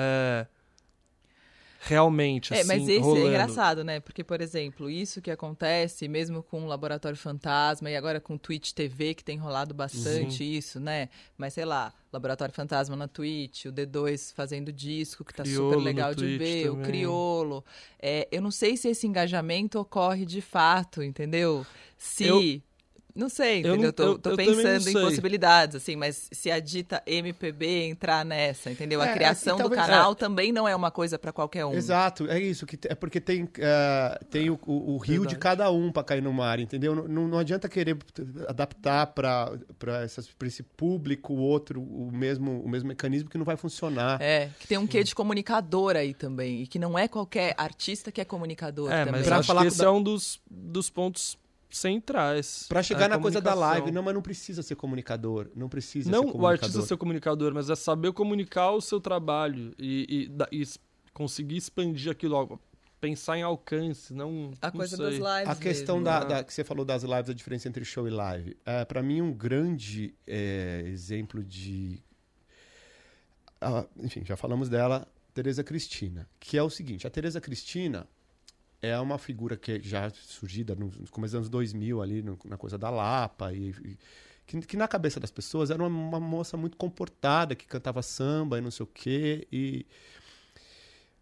realmente, assim, mas esse rolando. É engraçado, né, porque, por exemplo, isso que acontece, mesmo com o Laboratório Fantasma e agora com o Twitch TV, que tem rolado bastante isso, né, mas sei lá, Laboratório Fantasma na Twitch, o D2 fazendo disco, que tá Criolo super legal de ver, também. O Criolo. Eu não sei se esse engajamento ocorre de fato, entendeu? Não sei, entendeu? Tô pensando em possibilidades, assim, mas se a dita MPB entrar nessa, entendeu? A criação do canal também não é uma coisa para qualquer um. Exato, é isso, é porque tem o rio de cada um para cair no mar, entendeu? Não adianta querer adaptar para esse público, o mesmo mecanismo que não vai funcionar. Que tem um quê de comunicador aí também, e que não é qualquer artista que é comunicador também. Mas acho que esse é um dos pontos centrais. Para chegar na coisa da live, mas não precisa ser comunicador. Não o artista ser comunicador, mas é saber comunicar o seu trabalho e conseguir expandir aquilo, pensar em alcance, não coisa sei. das lives. A questão que você falou das lives, a diferença entre show e live. Para mim, um grande exemplo de... enfim, já falamos dela, Tereza Cristina, que é o seguinte, a Tereza Cristina é uma figura que já surgida no começo dos anos 2000, ali na coisa da Lapa, que na cabeça das pessoas era uma moça muito comportada, que cantava samba e não sei o quê. E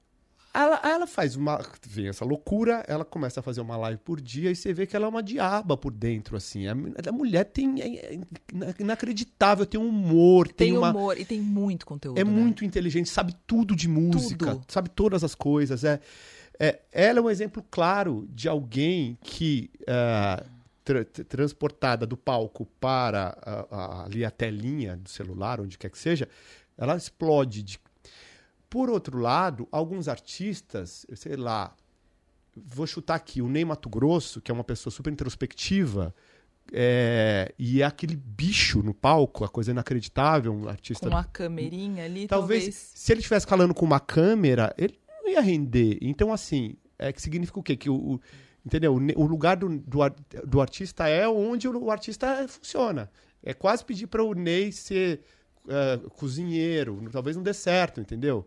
Ela faz vem essa loucura, ela começa a fazer uma live por dia e você vê que ela é uma diaba por dentro, assim. A mulher é inacreditável, tem um humor. Tem humor e tem muito conteúdo, É né? muito inteligente, sabe tudo de música, Tudo. sabe todas as coisas. Ela é um exemplo claro de alguém que, transportada do palco para ali a telinha do celular, onde quer que seja, ela explode. Por outro lado, alguns artistas, sei lá, vou chutar aqui, o Ney Matogrosso, que é uma pessoa super introspectiva, e é aquele bicho no palco, a coisa inacreditável, um artista... Com uma camerinha ali, Talvez, se ele estivesse falando com uma câmera, ele não ia render. Então, assim, que significa o quê? Que entendeu? O lugar do artista é onde o artista funciona. É quase pedir para o Ney ser cozinheiro. Talvez não dê certo, entendeu?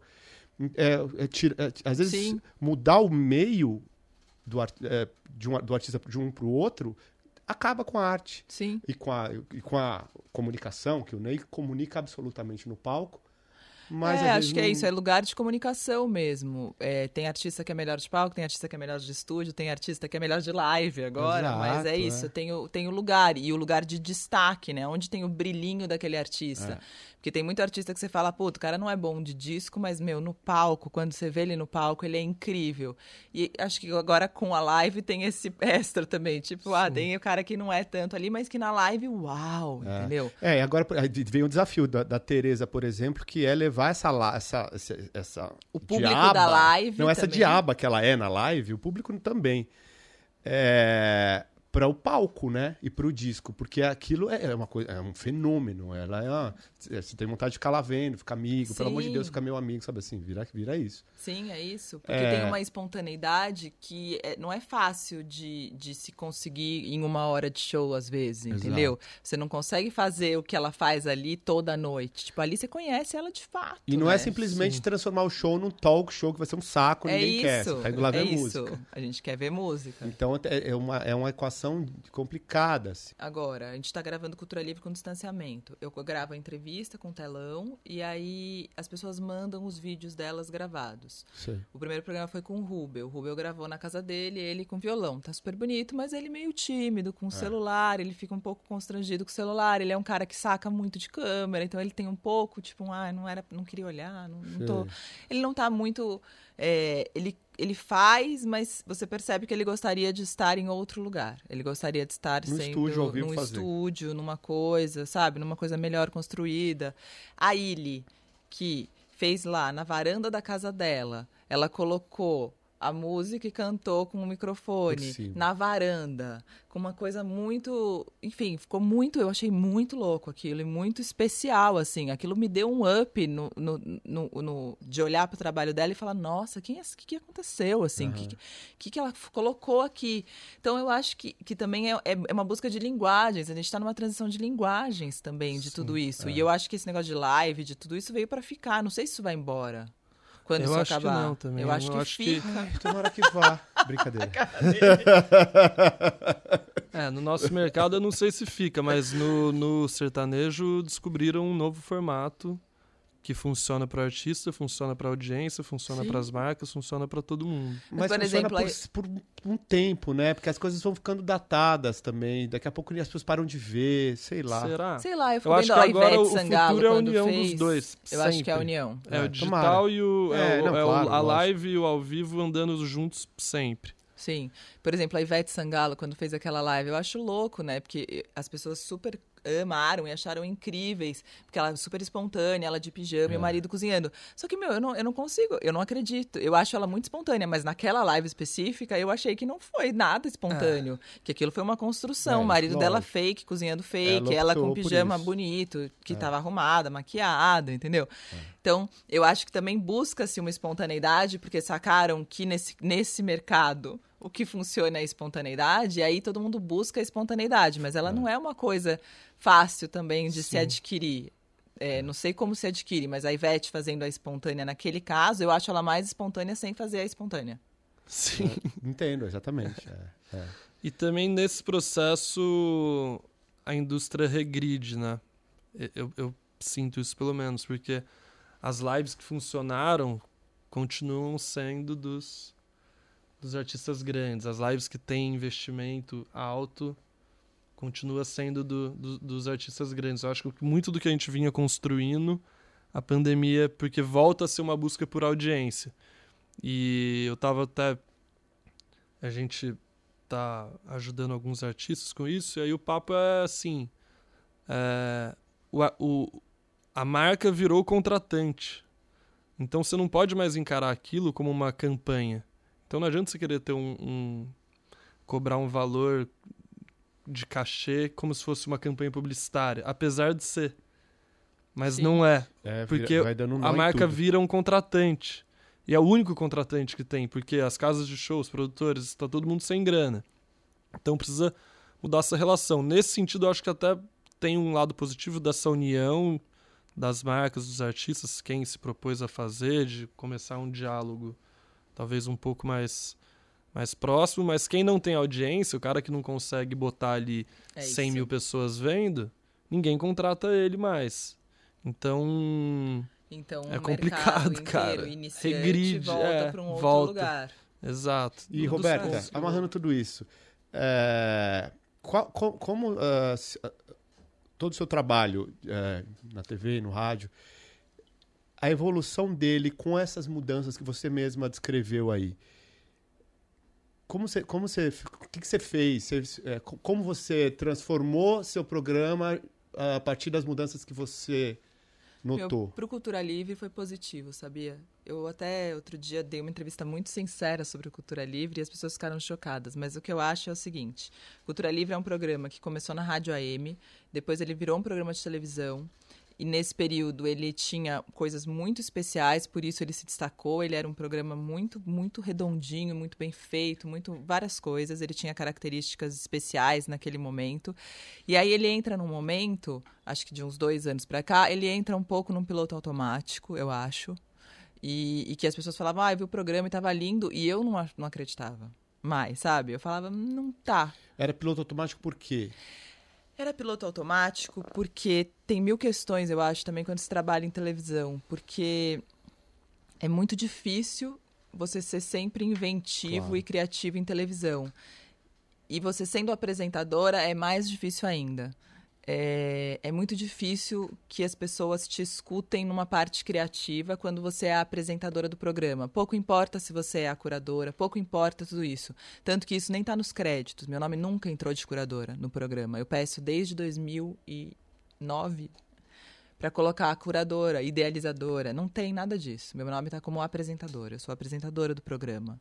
Às vezes, Sim. mudar o meio do artista de um para o outro acaba com a arte. Sim. E com a comunicação, que o Ney comunica absolutamente no palco. Mas, às vezes, acho que é isso, é lugar de comunicação mesmo. Tem artista que é melhor de palco, tem artista que é melhor de estúdio, tem artista que é melhor de live agora, Exato, mas é isso, tem o lugar, e o lugar de destaque, né? Onde tem o brilhinho daquele artista. Porque tem muito artista que você fala, pô, o cara não é bom de disco, mas, no palco, quando você vê ele no palco, ele é incrível. E acho que agora com a live tem esse extra também, tipo, tem o cara que não é tanto ali, mas que na live, uau, entendeu? E agora vem o desafio da Tereza, por exemplo, que é levar essa o público diaba, da live não, essa também. diaba que ela é na live, o público também, para o palco, né? E para o disco, porque aquilo é uma coisa, é um fenômeno. Ela você tem vontade de ficar lá vendo, ficar amigo, pelo amor de Deus, ficar meu amigo, sabe assim, vira isso. Sim, é isso. Porque tem uma espontaneidade que não é fácil de se conseguir em uma hora de show, às vezes, entendeu? Você não consegue fazer o que ela faz ali toda noite. Tipo, ali você conhece ela de fato. E não né? é simplesmente transformar o show num talk show que vai ser um saco, ninguém quer. Você tá indo lá ver música. A gente quer ver música. Então é uma equação complicada. Assim. Agora, a gente tá gravando Cultura Livre com distanciamento. Eu gravo a entrevista com telão e aí as pessoas mandam os vídeos delas gravados. Sim. O primeiro programa foi com o Rubel. O Rubel gravou na casa dele, ele com violão. Tá super bonito, mas ele meio tímido com o celular, ele fica um pouco constrangido com o celular. Ele é um cara que saca muito de câmera, então ele tem um pouco, tipo, não queria olhar, não tô... Ele não tá muito... Ele faz, mas você percebe que ele gostaria de estar em outro lugar. Ele gostaria de estar no estúdio, ao vivo, num fazer. estúdio, numa coisa, sabe? Numa coisa melhor construída. A Illy, que fez lá na varanda da casa dela, ela colocou a música e cantou com o microfone na varanda, com uma coisa muito... Enfim, eu achei muito louco aquilo, e muito especial, assim. Aquilo me deu um up de olhar para o trabalho dela e falar, nossa, o que aconteceu, assim? O que ela colocou aqui? Então, eu acho que também é uma busca de linguagens. A gente está numa transição de linguagens também, de tudo isso. E eu acho que esse negócio de live, de tudo isso, veio para ficar. Não sei se isso vai embora. Quando isso acabar. Eu acho que não também. Eu acho que fica. Tomara que vá. Brincadeira. No nosso mercado eu não sei se fica, mas no sertanejo descobriram um novo formato que funciona para o artista, funciona para a audiência, funciona para as marcas, funciona para todo mundo. Mas por funciona exemplo, por um tempo, né? Porque as coisas vão ficando datadas também. Daqui a pouco as pessoas param de ver, sei lá. Será? Sei lá, eu fui acho vendo que a agora Ivete o Sangalo futuro é a quando união fez. dos dois. Eu acho que é a união. É o digital tomara. e Claro, a lógico. live e o ao vivo andando juntos sempre. Sim. Por exemplo, a Ivete Sangalo, quando fez aquela live, eu acho louco, né? Porque as pessoas super amaram e acharam incríveis, porque ela é super espontânea, ela de pijama e o marido cozinhando. Só que, eu não consigo, eu não acredito. Eu acho ela muito espontânea, mas naquela live específica, eu achei que não foi nada espontâneo. Que aquilo foi uma construção. O marido dela fake, cozinhando fake, ela com pijama bonito, que estava arrumada, maquiada, entendeu? Então, eu acho que também busca-se uma espontaneidade, porque sacaram que nesse mercado o que funciona é a espontaneidade, e aí todo mundo busca a espontaneidade, mas ela não é uma coisa fácil também de se adquirir. Não sei como se adquire, mas a Ivete fazendo a espontânea naquele caso, eu acho ela mais espontânea sem fazer a espontânea. Sim. Entendo, exatamente. E também nesse processo a indústria regride, né? Eu sinto isso pelo menos, porque as lives que funcionaram continuam sendo dos artistas grandes. As lives que têm investimento alto continua sendo dos artistas grandes. Eu acho que muito do que a gente vinha construindo, a pandemia, porque volta a ser uma busca por audiência. E eu tava até... A gente tá ajudando alguns artistas com isso, e aí o papo é assim... A marca virou contratante. Então você não pode mais encarar aquilo como uma campanha. Então não adianta você querer ter cobrar um valor de cachê como se fosse uma campanha publicitária, apesar de ser. Mas Sim. não é. Porque vai dando nó a em marca tudo. vira um contratante. E é o único contratante que tem, porque as casas de shows, os produtores, está todo mundo sem grana. Então precisa mudar essa relação. Nesse sentido, eu acho que até tem um lado positivo dessa união das marcas, dos artistas, quem se propôs a fazer, de começar um diálogo talvez um pouco mais próximo, mas quem não tem audiência, o cara que não consegue botar ali 100 mil pessoas vendo, ninguém contrata ele mais. Então é complicado, cara. Regride, volta para um outro lugar. Exato. E, Roberta, amarrando tudo isso, como todo o seu trabalho na TV, no rádio, a evolução dele com essas mudanças que você mesma descreveu aí, o que você fez? Como você transformou seu programa a partir das mudanças que você notou? Pro Cultura Livre foi positivo, sabia? Eu até outro dia dei uma entrevista muito sincera sobre o Cultura Livre e as pessoas ficaram chocadas, mas o que eu acho é o seguinte: Cultura Livre é um programa que começou na Rádio AM, depois ele virou um programa de televisão, e nesse período ele tinha coisas muito especiais, por isso ele se destacou. Ele era um programa muito, muito redondinho, muito bem feito, várias coisas. Ele tinha características especiais naquele momento. E aí ele entra num momento, acho que de uns 2 anos pra cá, ele entra um pouco num piloto automático, eu acho. E que as pessoas falavam, eu vi o programa e tava lindo, e eu não acreditava mais, sabe? Eu falava, não tá. Era piloto automático por quê? Era piloto automático porque tem 1000 questões, eu acho, também quando se trabalha em televisão. Porque é muito difícil você ser sempre inventivo e criativo em televisão. E você sendo apresentadora é mais difícil ainda. É muito difícil que as pessoas te escutem numa parte criativa quando você é a apresentadora do programa. Pouco importa se você é a curadora, pouco importa tudo isso. Tanto que isso nem está nos créditos. Meu nome nunca entrou de curadora no programa. Eu peço desde 2009 para colocar a curadora, idealizadora. Não tem nada disso. Meu nome está como apresentadora. Eu sou a apresentadora do programa.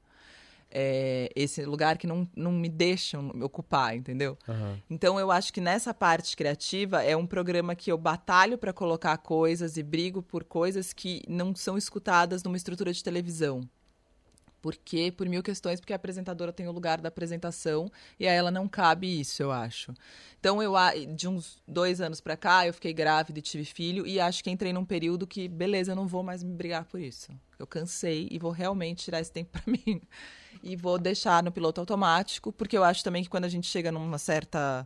Esse lugar que não me deixam me ocupar, entendeu? Uhum. Então eu acho que nessa parte criativa é um programa que eu batalho para colocar coisas e brigo por coisas que não são escutadas numa estrutura de televisão. Porque, por 1000 questões, porque a apresentadora tem o lugar da apresentação e a ela não cabe isso, eu acho. Então, de uns 2 anos pra cá, eu fiquei grávida e tive filho e acho que entrei num período que, beleza, eu não vou mais me brigar por isso. Eu cansei e vou realmente tirar esse tempo pra mim. E vou deixar no piloto automático, porque eu acho também que quando a gente chega num certo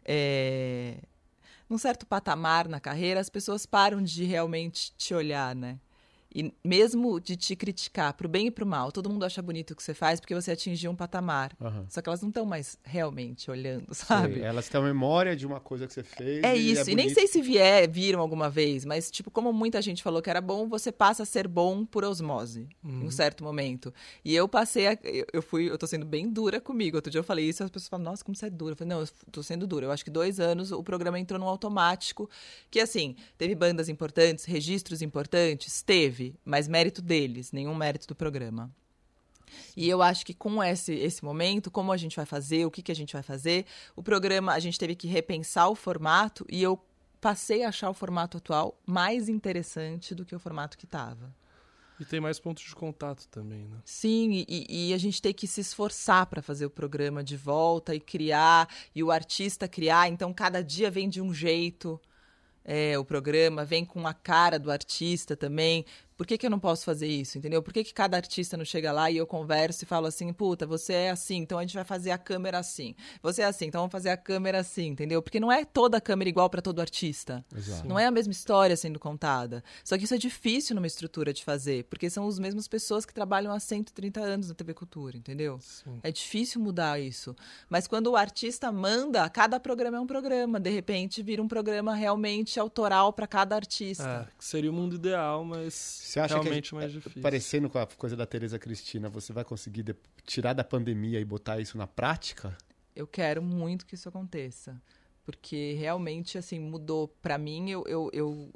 patamar na carreira, as pessoas param de realmente te olhar, né? E mesmo de te criticar pro bem e pro mal, todo mundo acha bonito o que você faz porque você atingiu um patamar. Uhum. Só que elas não estão mais realmente olhando, sabe? Sei, elas têm a memória de uma coisa que você fez. Isso, e nem sei se viram alguma vez, mas tipo, como muita gente falou que era bom, você passa a ser bom por osmose, em um certo momento. E eu passei eu tô sendo bem dura comigo. Outro dia eu falei isso, as pessoas falam, nossa, como você é dura. Eu falei, não, eu tô sendo dura. Eu acho que 2 anos o programa entrou num automático, que assim, teve bandas importantes, registros importantes, teve, mas mérito deles, nenhum mérito do programa. E eu acho que com esse momento, como a gente vai fazer, o que a gente vai fazer, o programa, a gente teve que repensar o formato e eu passei a achar o formato atual mais interessante do que o formato que estava. E tem mais pontos de contato também, né? Sim, e a gente tem que se esforçar para fazer o programa de volta e criar, e o artista criar, então cada dia vem de um jeito. O programa vem com a cara do artista também, Por que eu não posso fazer isso, entendeu? Por que cada artista não chega lá e eu converso e falo assim, puta, você é assim, então a gente vai fazer a câmera assim. Você é assim, então vamos fazer a câmera assim, entendeu? Porque não é toda a câmera igual para todo artista. Exato. Não é a mesma história sendo contada. Só que isso é difícil numa estrutura de fazer, porque são as mesmas pessoas que trabalham há 130 anos na TV Cultura, entendeu? Sim. É difícil mudar isso. Mas quando o artista manda, cada programa é um programa. De repente, vira um programa realmente autoral para cada artista. Que seria o mundo ideal, mas Você acha realmente que, mais difícil. parecendo com a coisa da Tereza Cristina, você vai conseguir tirar da pandemia e botar isso na prática? Eu quero muito que isso aconteça. Porque realmente, assim, mudou. Para mim, eu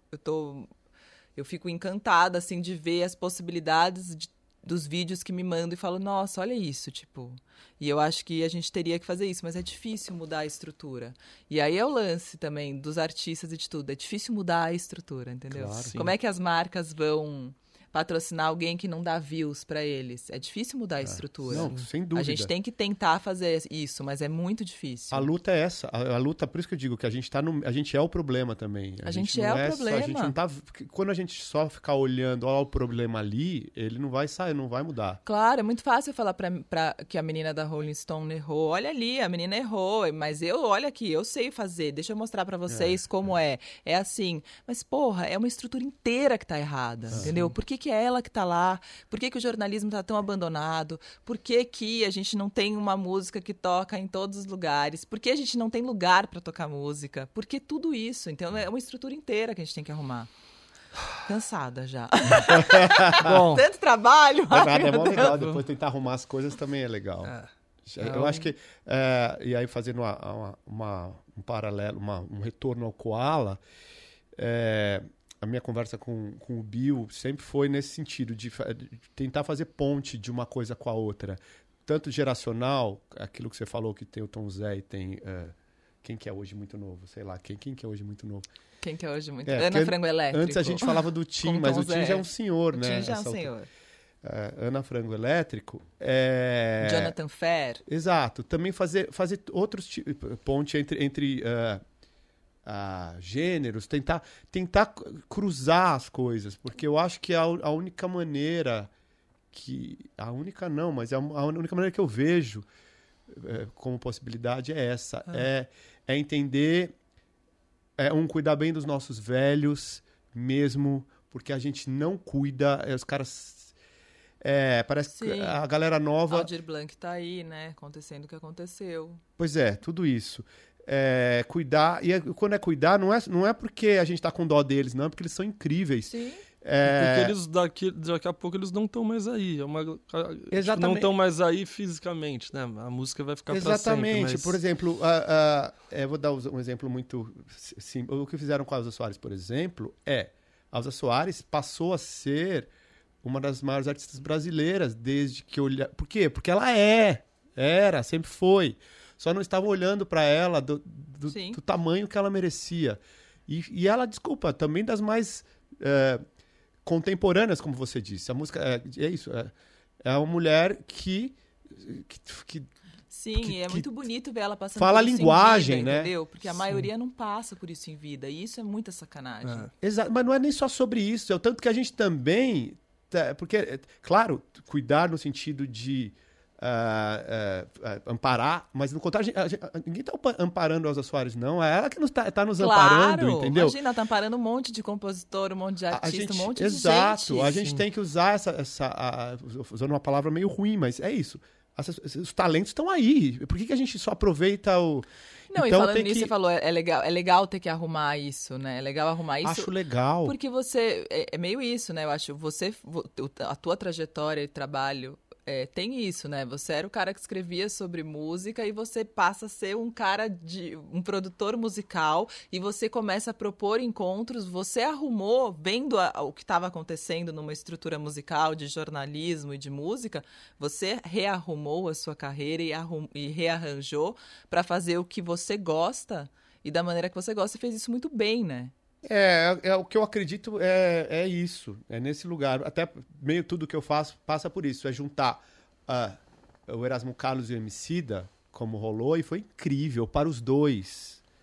fico encantada, assim, de ver as possibilidades dos vídeos que me mandam e falo, nossa, olha isso, tipo... E eu acho que a gente teria que fazer isso, mas é difícil mudar a estrutura. E aí é o lance também dos artistas e de tudo. É difícil mudar a estrutura, entendeu? Claro. Como é que as marcas vão patrocinar alguém que não dá views para eles? É difícil mudar a estrutura. Não, sem dúvida. A gente tem que tentar fazer isso, mas é muito difícil. A luta é essa. A luta, por isso que eu digo que a gente a gente é o problema também. A gente é o problema. A gente não tá, quando a gente só ficar olhando, ó, o problema ali, ele não vai sair, não vai mudar. Claro, é muito fácil falar que a menina da Rolling Stone errou. Olha ali, a menina errou, mas olha aqui, eu sei fazer. Deixa eu mostrar pra vocês como é. É assim. Mas, porra, é uma estrutura inteira que tá errada, entendeu? Por que é ela que tá lá? Por que o jornalismo tá tão abandonado? Por que a gente não tem uma música que toca em todos os lugares? Por que a gente não tem lugar pra tocar música? Por que tudo isso? Então, é uma estrutura inteira que a gente tem que arrumar. Cansada já. Bom, Tanto trabalho. Não é ai, nada, é meu mó Deus. legal. Depois tentar arrumar as coisas também é legal. Eu acho que, e aí fazendo um paralelo, um retorno ao Koala, a minha conversa com o Bill sempre foi nesse sentido, de tentar fazer ponte de uma coisa com a outra. Tanto geracional, aquilo que você falou, que tem o Tom Zé e tem... quem que é hoje muito novo? Sei lá, quem que é hoje muito novo? Quem que é hoje muito... Ana Frango Elétrico. Antes a gente falava do Tim, Com mas Tom o Tim Zé. já é um senhor, O né? Tim já é um senhor. Ana Frango Elétrico. Jonathan Fer. Exato. Também fazer outros tipos, ponte entre gêneros, tentar cruzar as coisas, porque eu acho que a única maneira a única não, mas a única maneira que eu vejo como possibilidade é essa, é entender, cuidar bem dos nossos velhos, mesmo porque a gente não cuida, os caras... parece Sim. que a galera nova... Aldir Blanc tá aí, né? Acontecendo o que aconteceu. Pois é, tudo isso. Cuidar, e quando é cuidar, não é porque a gente tá com dó deles, não, é porque eles são incríveis. Sim. porque eles daqui a pouco eles não estão mais aí. Exatamente. Não estão mais aí fisicamente, né? A música vai ficar pra sempre. Exatamente. Mas... Por exemplo, vou dar um exemplo muito simples. O que fizeram com a Elza Soares, por exemplo, a Elza Soares passou a ser uma das maiores artistas brasileiras desde que eu... Por quê? Porque ela era, sempre foi. Só não estava olhando para ela do tamanho que ela merecia. E ela, desculpa, também das mais contemporâneas, como você disse. A música é isso. É uma mulher que Sim, e é muito bonito ver ela passando fala por isso a linguagem, em vida, né? entendeu? Porque a maioria não passa por isso em vida. E isso é muita sacanagem. Exato, mas não é nem só sobre isso. É o tanto que a gente também... Porque, claro, cuidar no sentido de amparar, mas no contrário, ninguém está amparando a Elza Soares, não. É ela que está nos amparando, entendeu? Imagina, tá amparando um monte de compositor, um monte de artista, um monte de gente. Exato, a gente tem que usar usando uma palavra meio ruim, mas é isso. Os talentos estão aí. Por que a gente só aproveita o... Não, então, e falando nisso, você falou, é legal ter que arrumar isso, né? É legal arrumar isso. Acho legal. Porque você... É meio isso, né? Eu acho, a tua trajetória e trabalho tem isso, né? Você era o cara que escrevia sobre música e você passa a ser um um produtor musical e você começa a propor encontros. Você arrumou, vendo o que estava acontecendo numa estrutura musical de jornalismo e de música, você rearrumou a sua carreira e rearranjou para fazer o que você gosta e da maneira que você gosta e fez isso muito bem, né? O que eu acredito é isso, é nesse lugar. Até meio tudo que eu faço passa por isso, é juntar o Erasmo Carlos e o Emicida, como rolou, e foi incrível para os dois.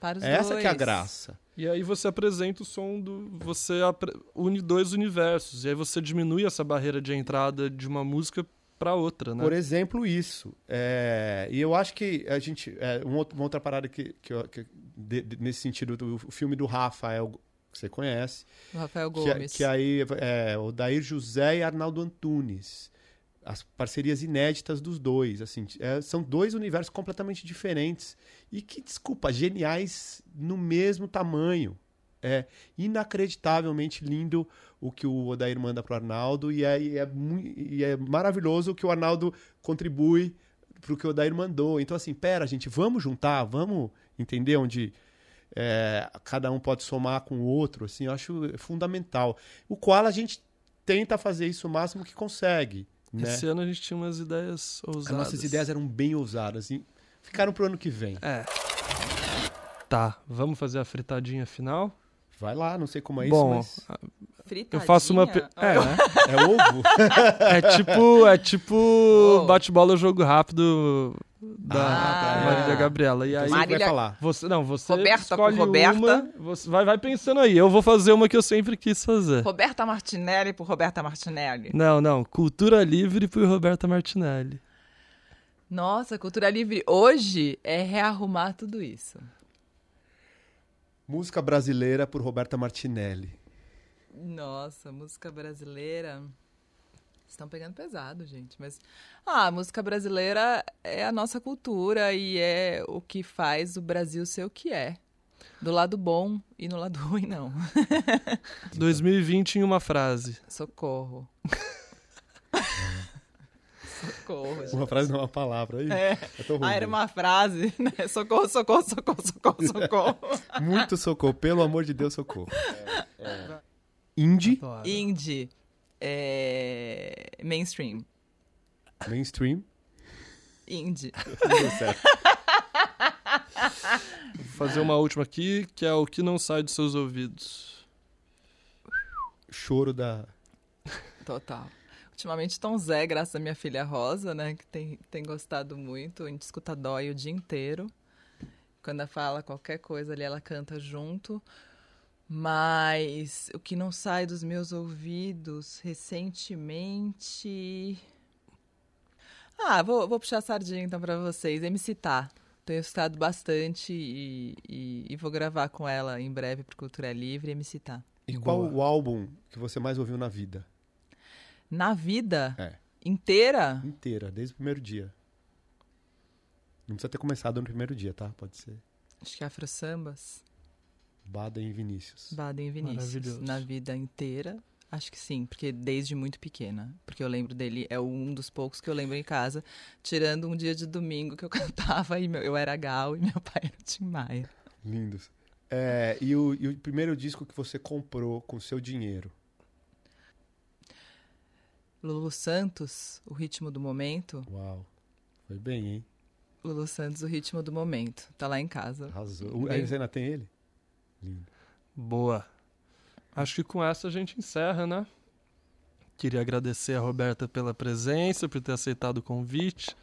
Para os Essa dois. que é a graça. E aí você apresenta o som você une dois universos. E aí você diminui essa barreira de entrada de uma música para outra, né? Por exemplo, isso. E eu acho que a gente... uma outra parada nesse sentido, do filme do Rafael, que você conhece. O Rafael Gomes. Que aí o Dair José e Arnaldo Antunes. As parcerias inéditas dos dois. Assim, são dois universos completamente diferentes. E que, desculpa, geniais no mesmo tamanho. É inacreditavelmente lindo o que o Odair manda pro Arnaldo e é maravilhoso o que o Arnaldo contribui pro que o Odair mandou. Então, assim, gente, vamos juntar, vamos entender onde cada um pode somar com o outro, assim, eu acho fundamental. O qual a gente tenta fazer isso o máximo que consegue, né? Esse ano a gente tinha umas ideias ousadas. As nossas ideias eram bem ousadas e ficaram pro ano que vem. Tá, vamos fazer a fritadinha final? Vai lá, não sei como é Bom, isso, mas... Eu faço uma... É ovo? É tipo bate-bola, jogo rápido da Marília Gabriela. E aí Marília... vai falar. Você Roberta escolhe por Roberta. uma, você vai pensando aí. Eu vou fazer uma que eu sempre quis fazer. Roberta Martinelli por Roberta Martinelli. Não. Cultura Livre por Roberta Martinelli. Nossa, Cultura Livre hoje é rearrumar tudo isso. Música brasileira por Roberta Martinelli. Nossa, música brasileira... Estão pegando pesado, gente. Mas a música brasileira é a nossa cultura e é o que faz o Brasil ser o que é. Do lado bom e no lado ruim, não. 2020 em uma frase. Socorro. Socorro. Gente. Uma frase não é uma palavra. Aí, era uma frase, né? Socorro, socorro, socorro, socorro, socorro. Muito socorro. Pelo amor de Deus, socorro. Indie. Indie. Mainstream. Mainstream. Indie. Deu certo. Vou fazer uma última aqui, que é o que não sai dos seus ouvidos. Choro da... Total. Ultimamente Tom Zé, graças à minha filha Rosa, né, que tem gostado muito. A gente escuta Dói o dia inteiro. Quando ela fala qualquer coisa ali, ela canta junto. Mas o que não sai dos meus ouvidos recentemente... Vou puxar a sardinha então pra vocês. MC Tá. Tenho escutado bastante e vou gravar com ela em breve pro Cultura Livre. MC Tá. E qual o álbum que você mais ouviu na vida? Na vida? Inteira, desde o primeiro dia. Não precisa ter começado no primeiro dia, tá? Pode ser. Acho que é Afro Sambas. Baden e Vinícius. Maravilhoso. Na vida inteira, acho que sim, porque desde muito pequena. Porque eu lembro dele, é um dos poucos que eu lembro em casa, tirando um dia de domingo que eu cantava e eu era Gal e meu pai era Tim Maia. Lindos. E o primeiro disco que você comprou com seu dinheiro? Lulu Santos, O Ritmo do Momento. Uau, foi bem, hein? Lulu Santos, O Ritmo do Momento. Tá lá em casa. Arrasou. Aí você ainda tem ele? Lindo. Boa. Acho que com essa a gente encerra, né? Queria agradecer a Roberta pela presença, por ter aceitado o convite.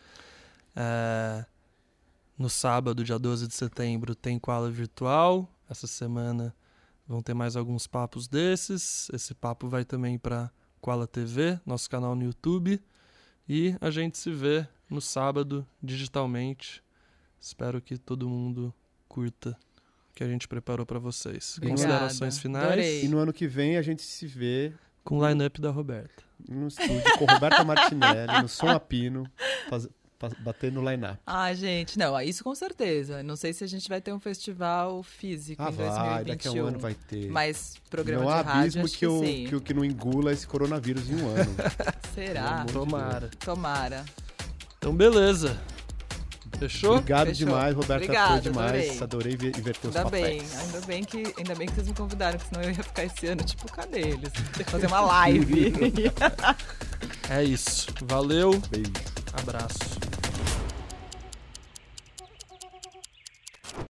No sábado, dia 12 de setembro, tem Koala Virtual. Essa semana vão ter mais alguns papos desses. Esse papo vai também para Koala TV, nosso canal no YouTube. E a gente se vê no sábado, digitalmente. Espero que todo mundo curta o que a gente preparou para vocês. Obrigada. Considerações finais. Adorei. E no ano que vem a gente se vê... Com o line-up da Roberta. No estúdio com Roberta Martinelli, no Som Apino, bater no line-up. Gente, não, isso com certeza. Não sei se a gente vai ter um festival físico em 2021. Daqui a um ano vai ter. Mas programa não de há rádio, abismo acho que sim. que não engula esse coronavírus em um ano. Será? Tomara. Então, beleza. Fechou? Obrigado Fechou. demais, Roberta. Obrigada, foi demais. Adorei inverter os papéis. Ainda bem que vocês me convidaram, porque senão eu ia ficar esse ano, tipo, cadê eles? Ter que fazer uma live. É isso. Valeu. Beijo. Abraço.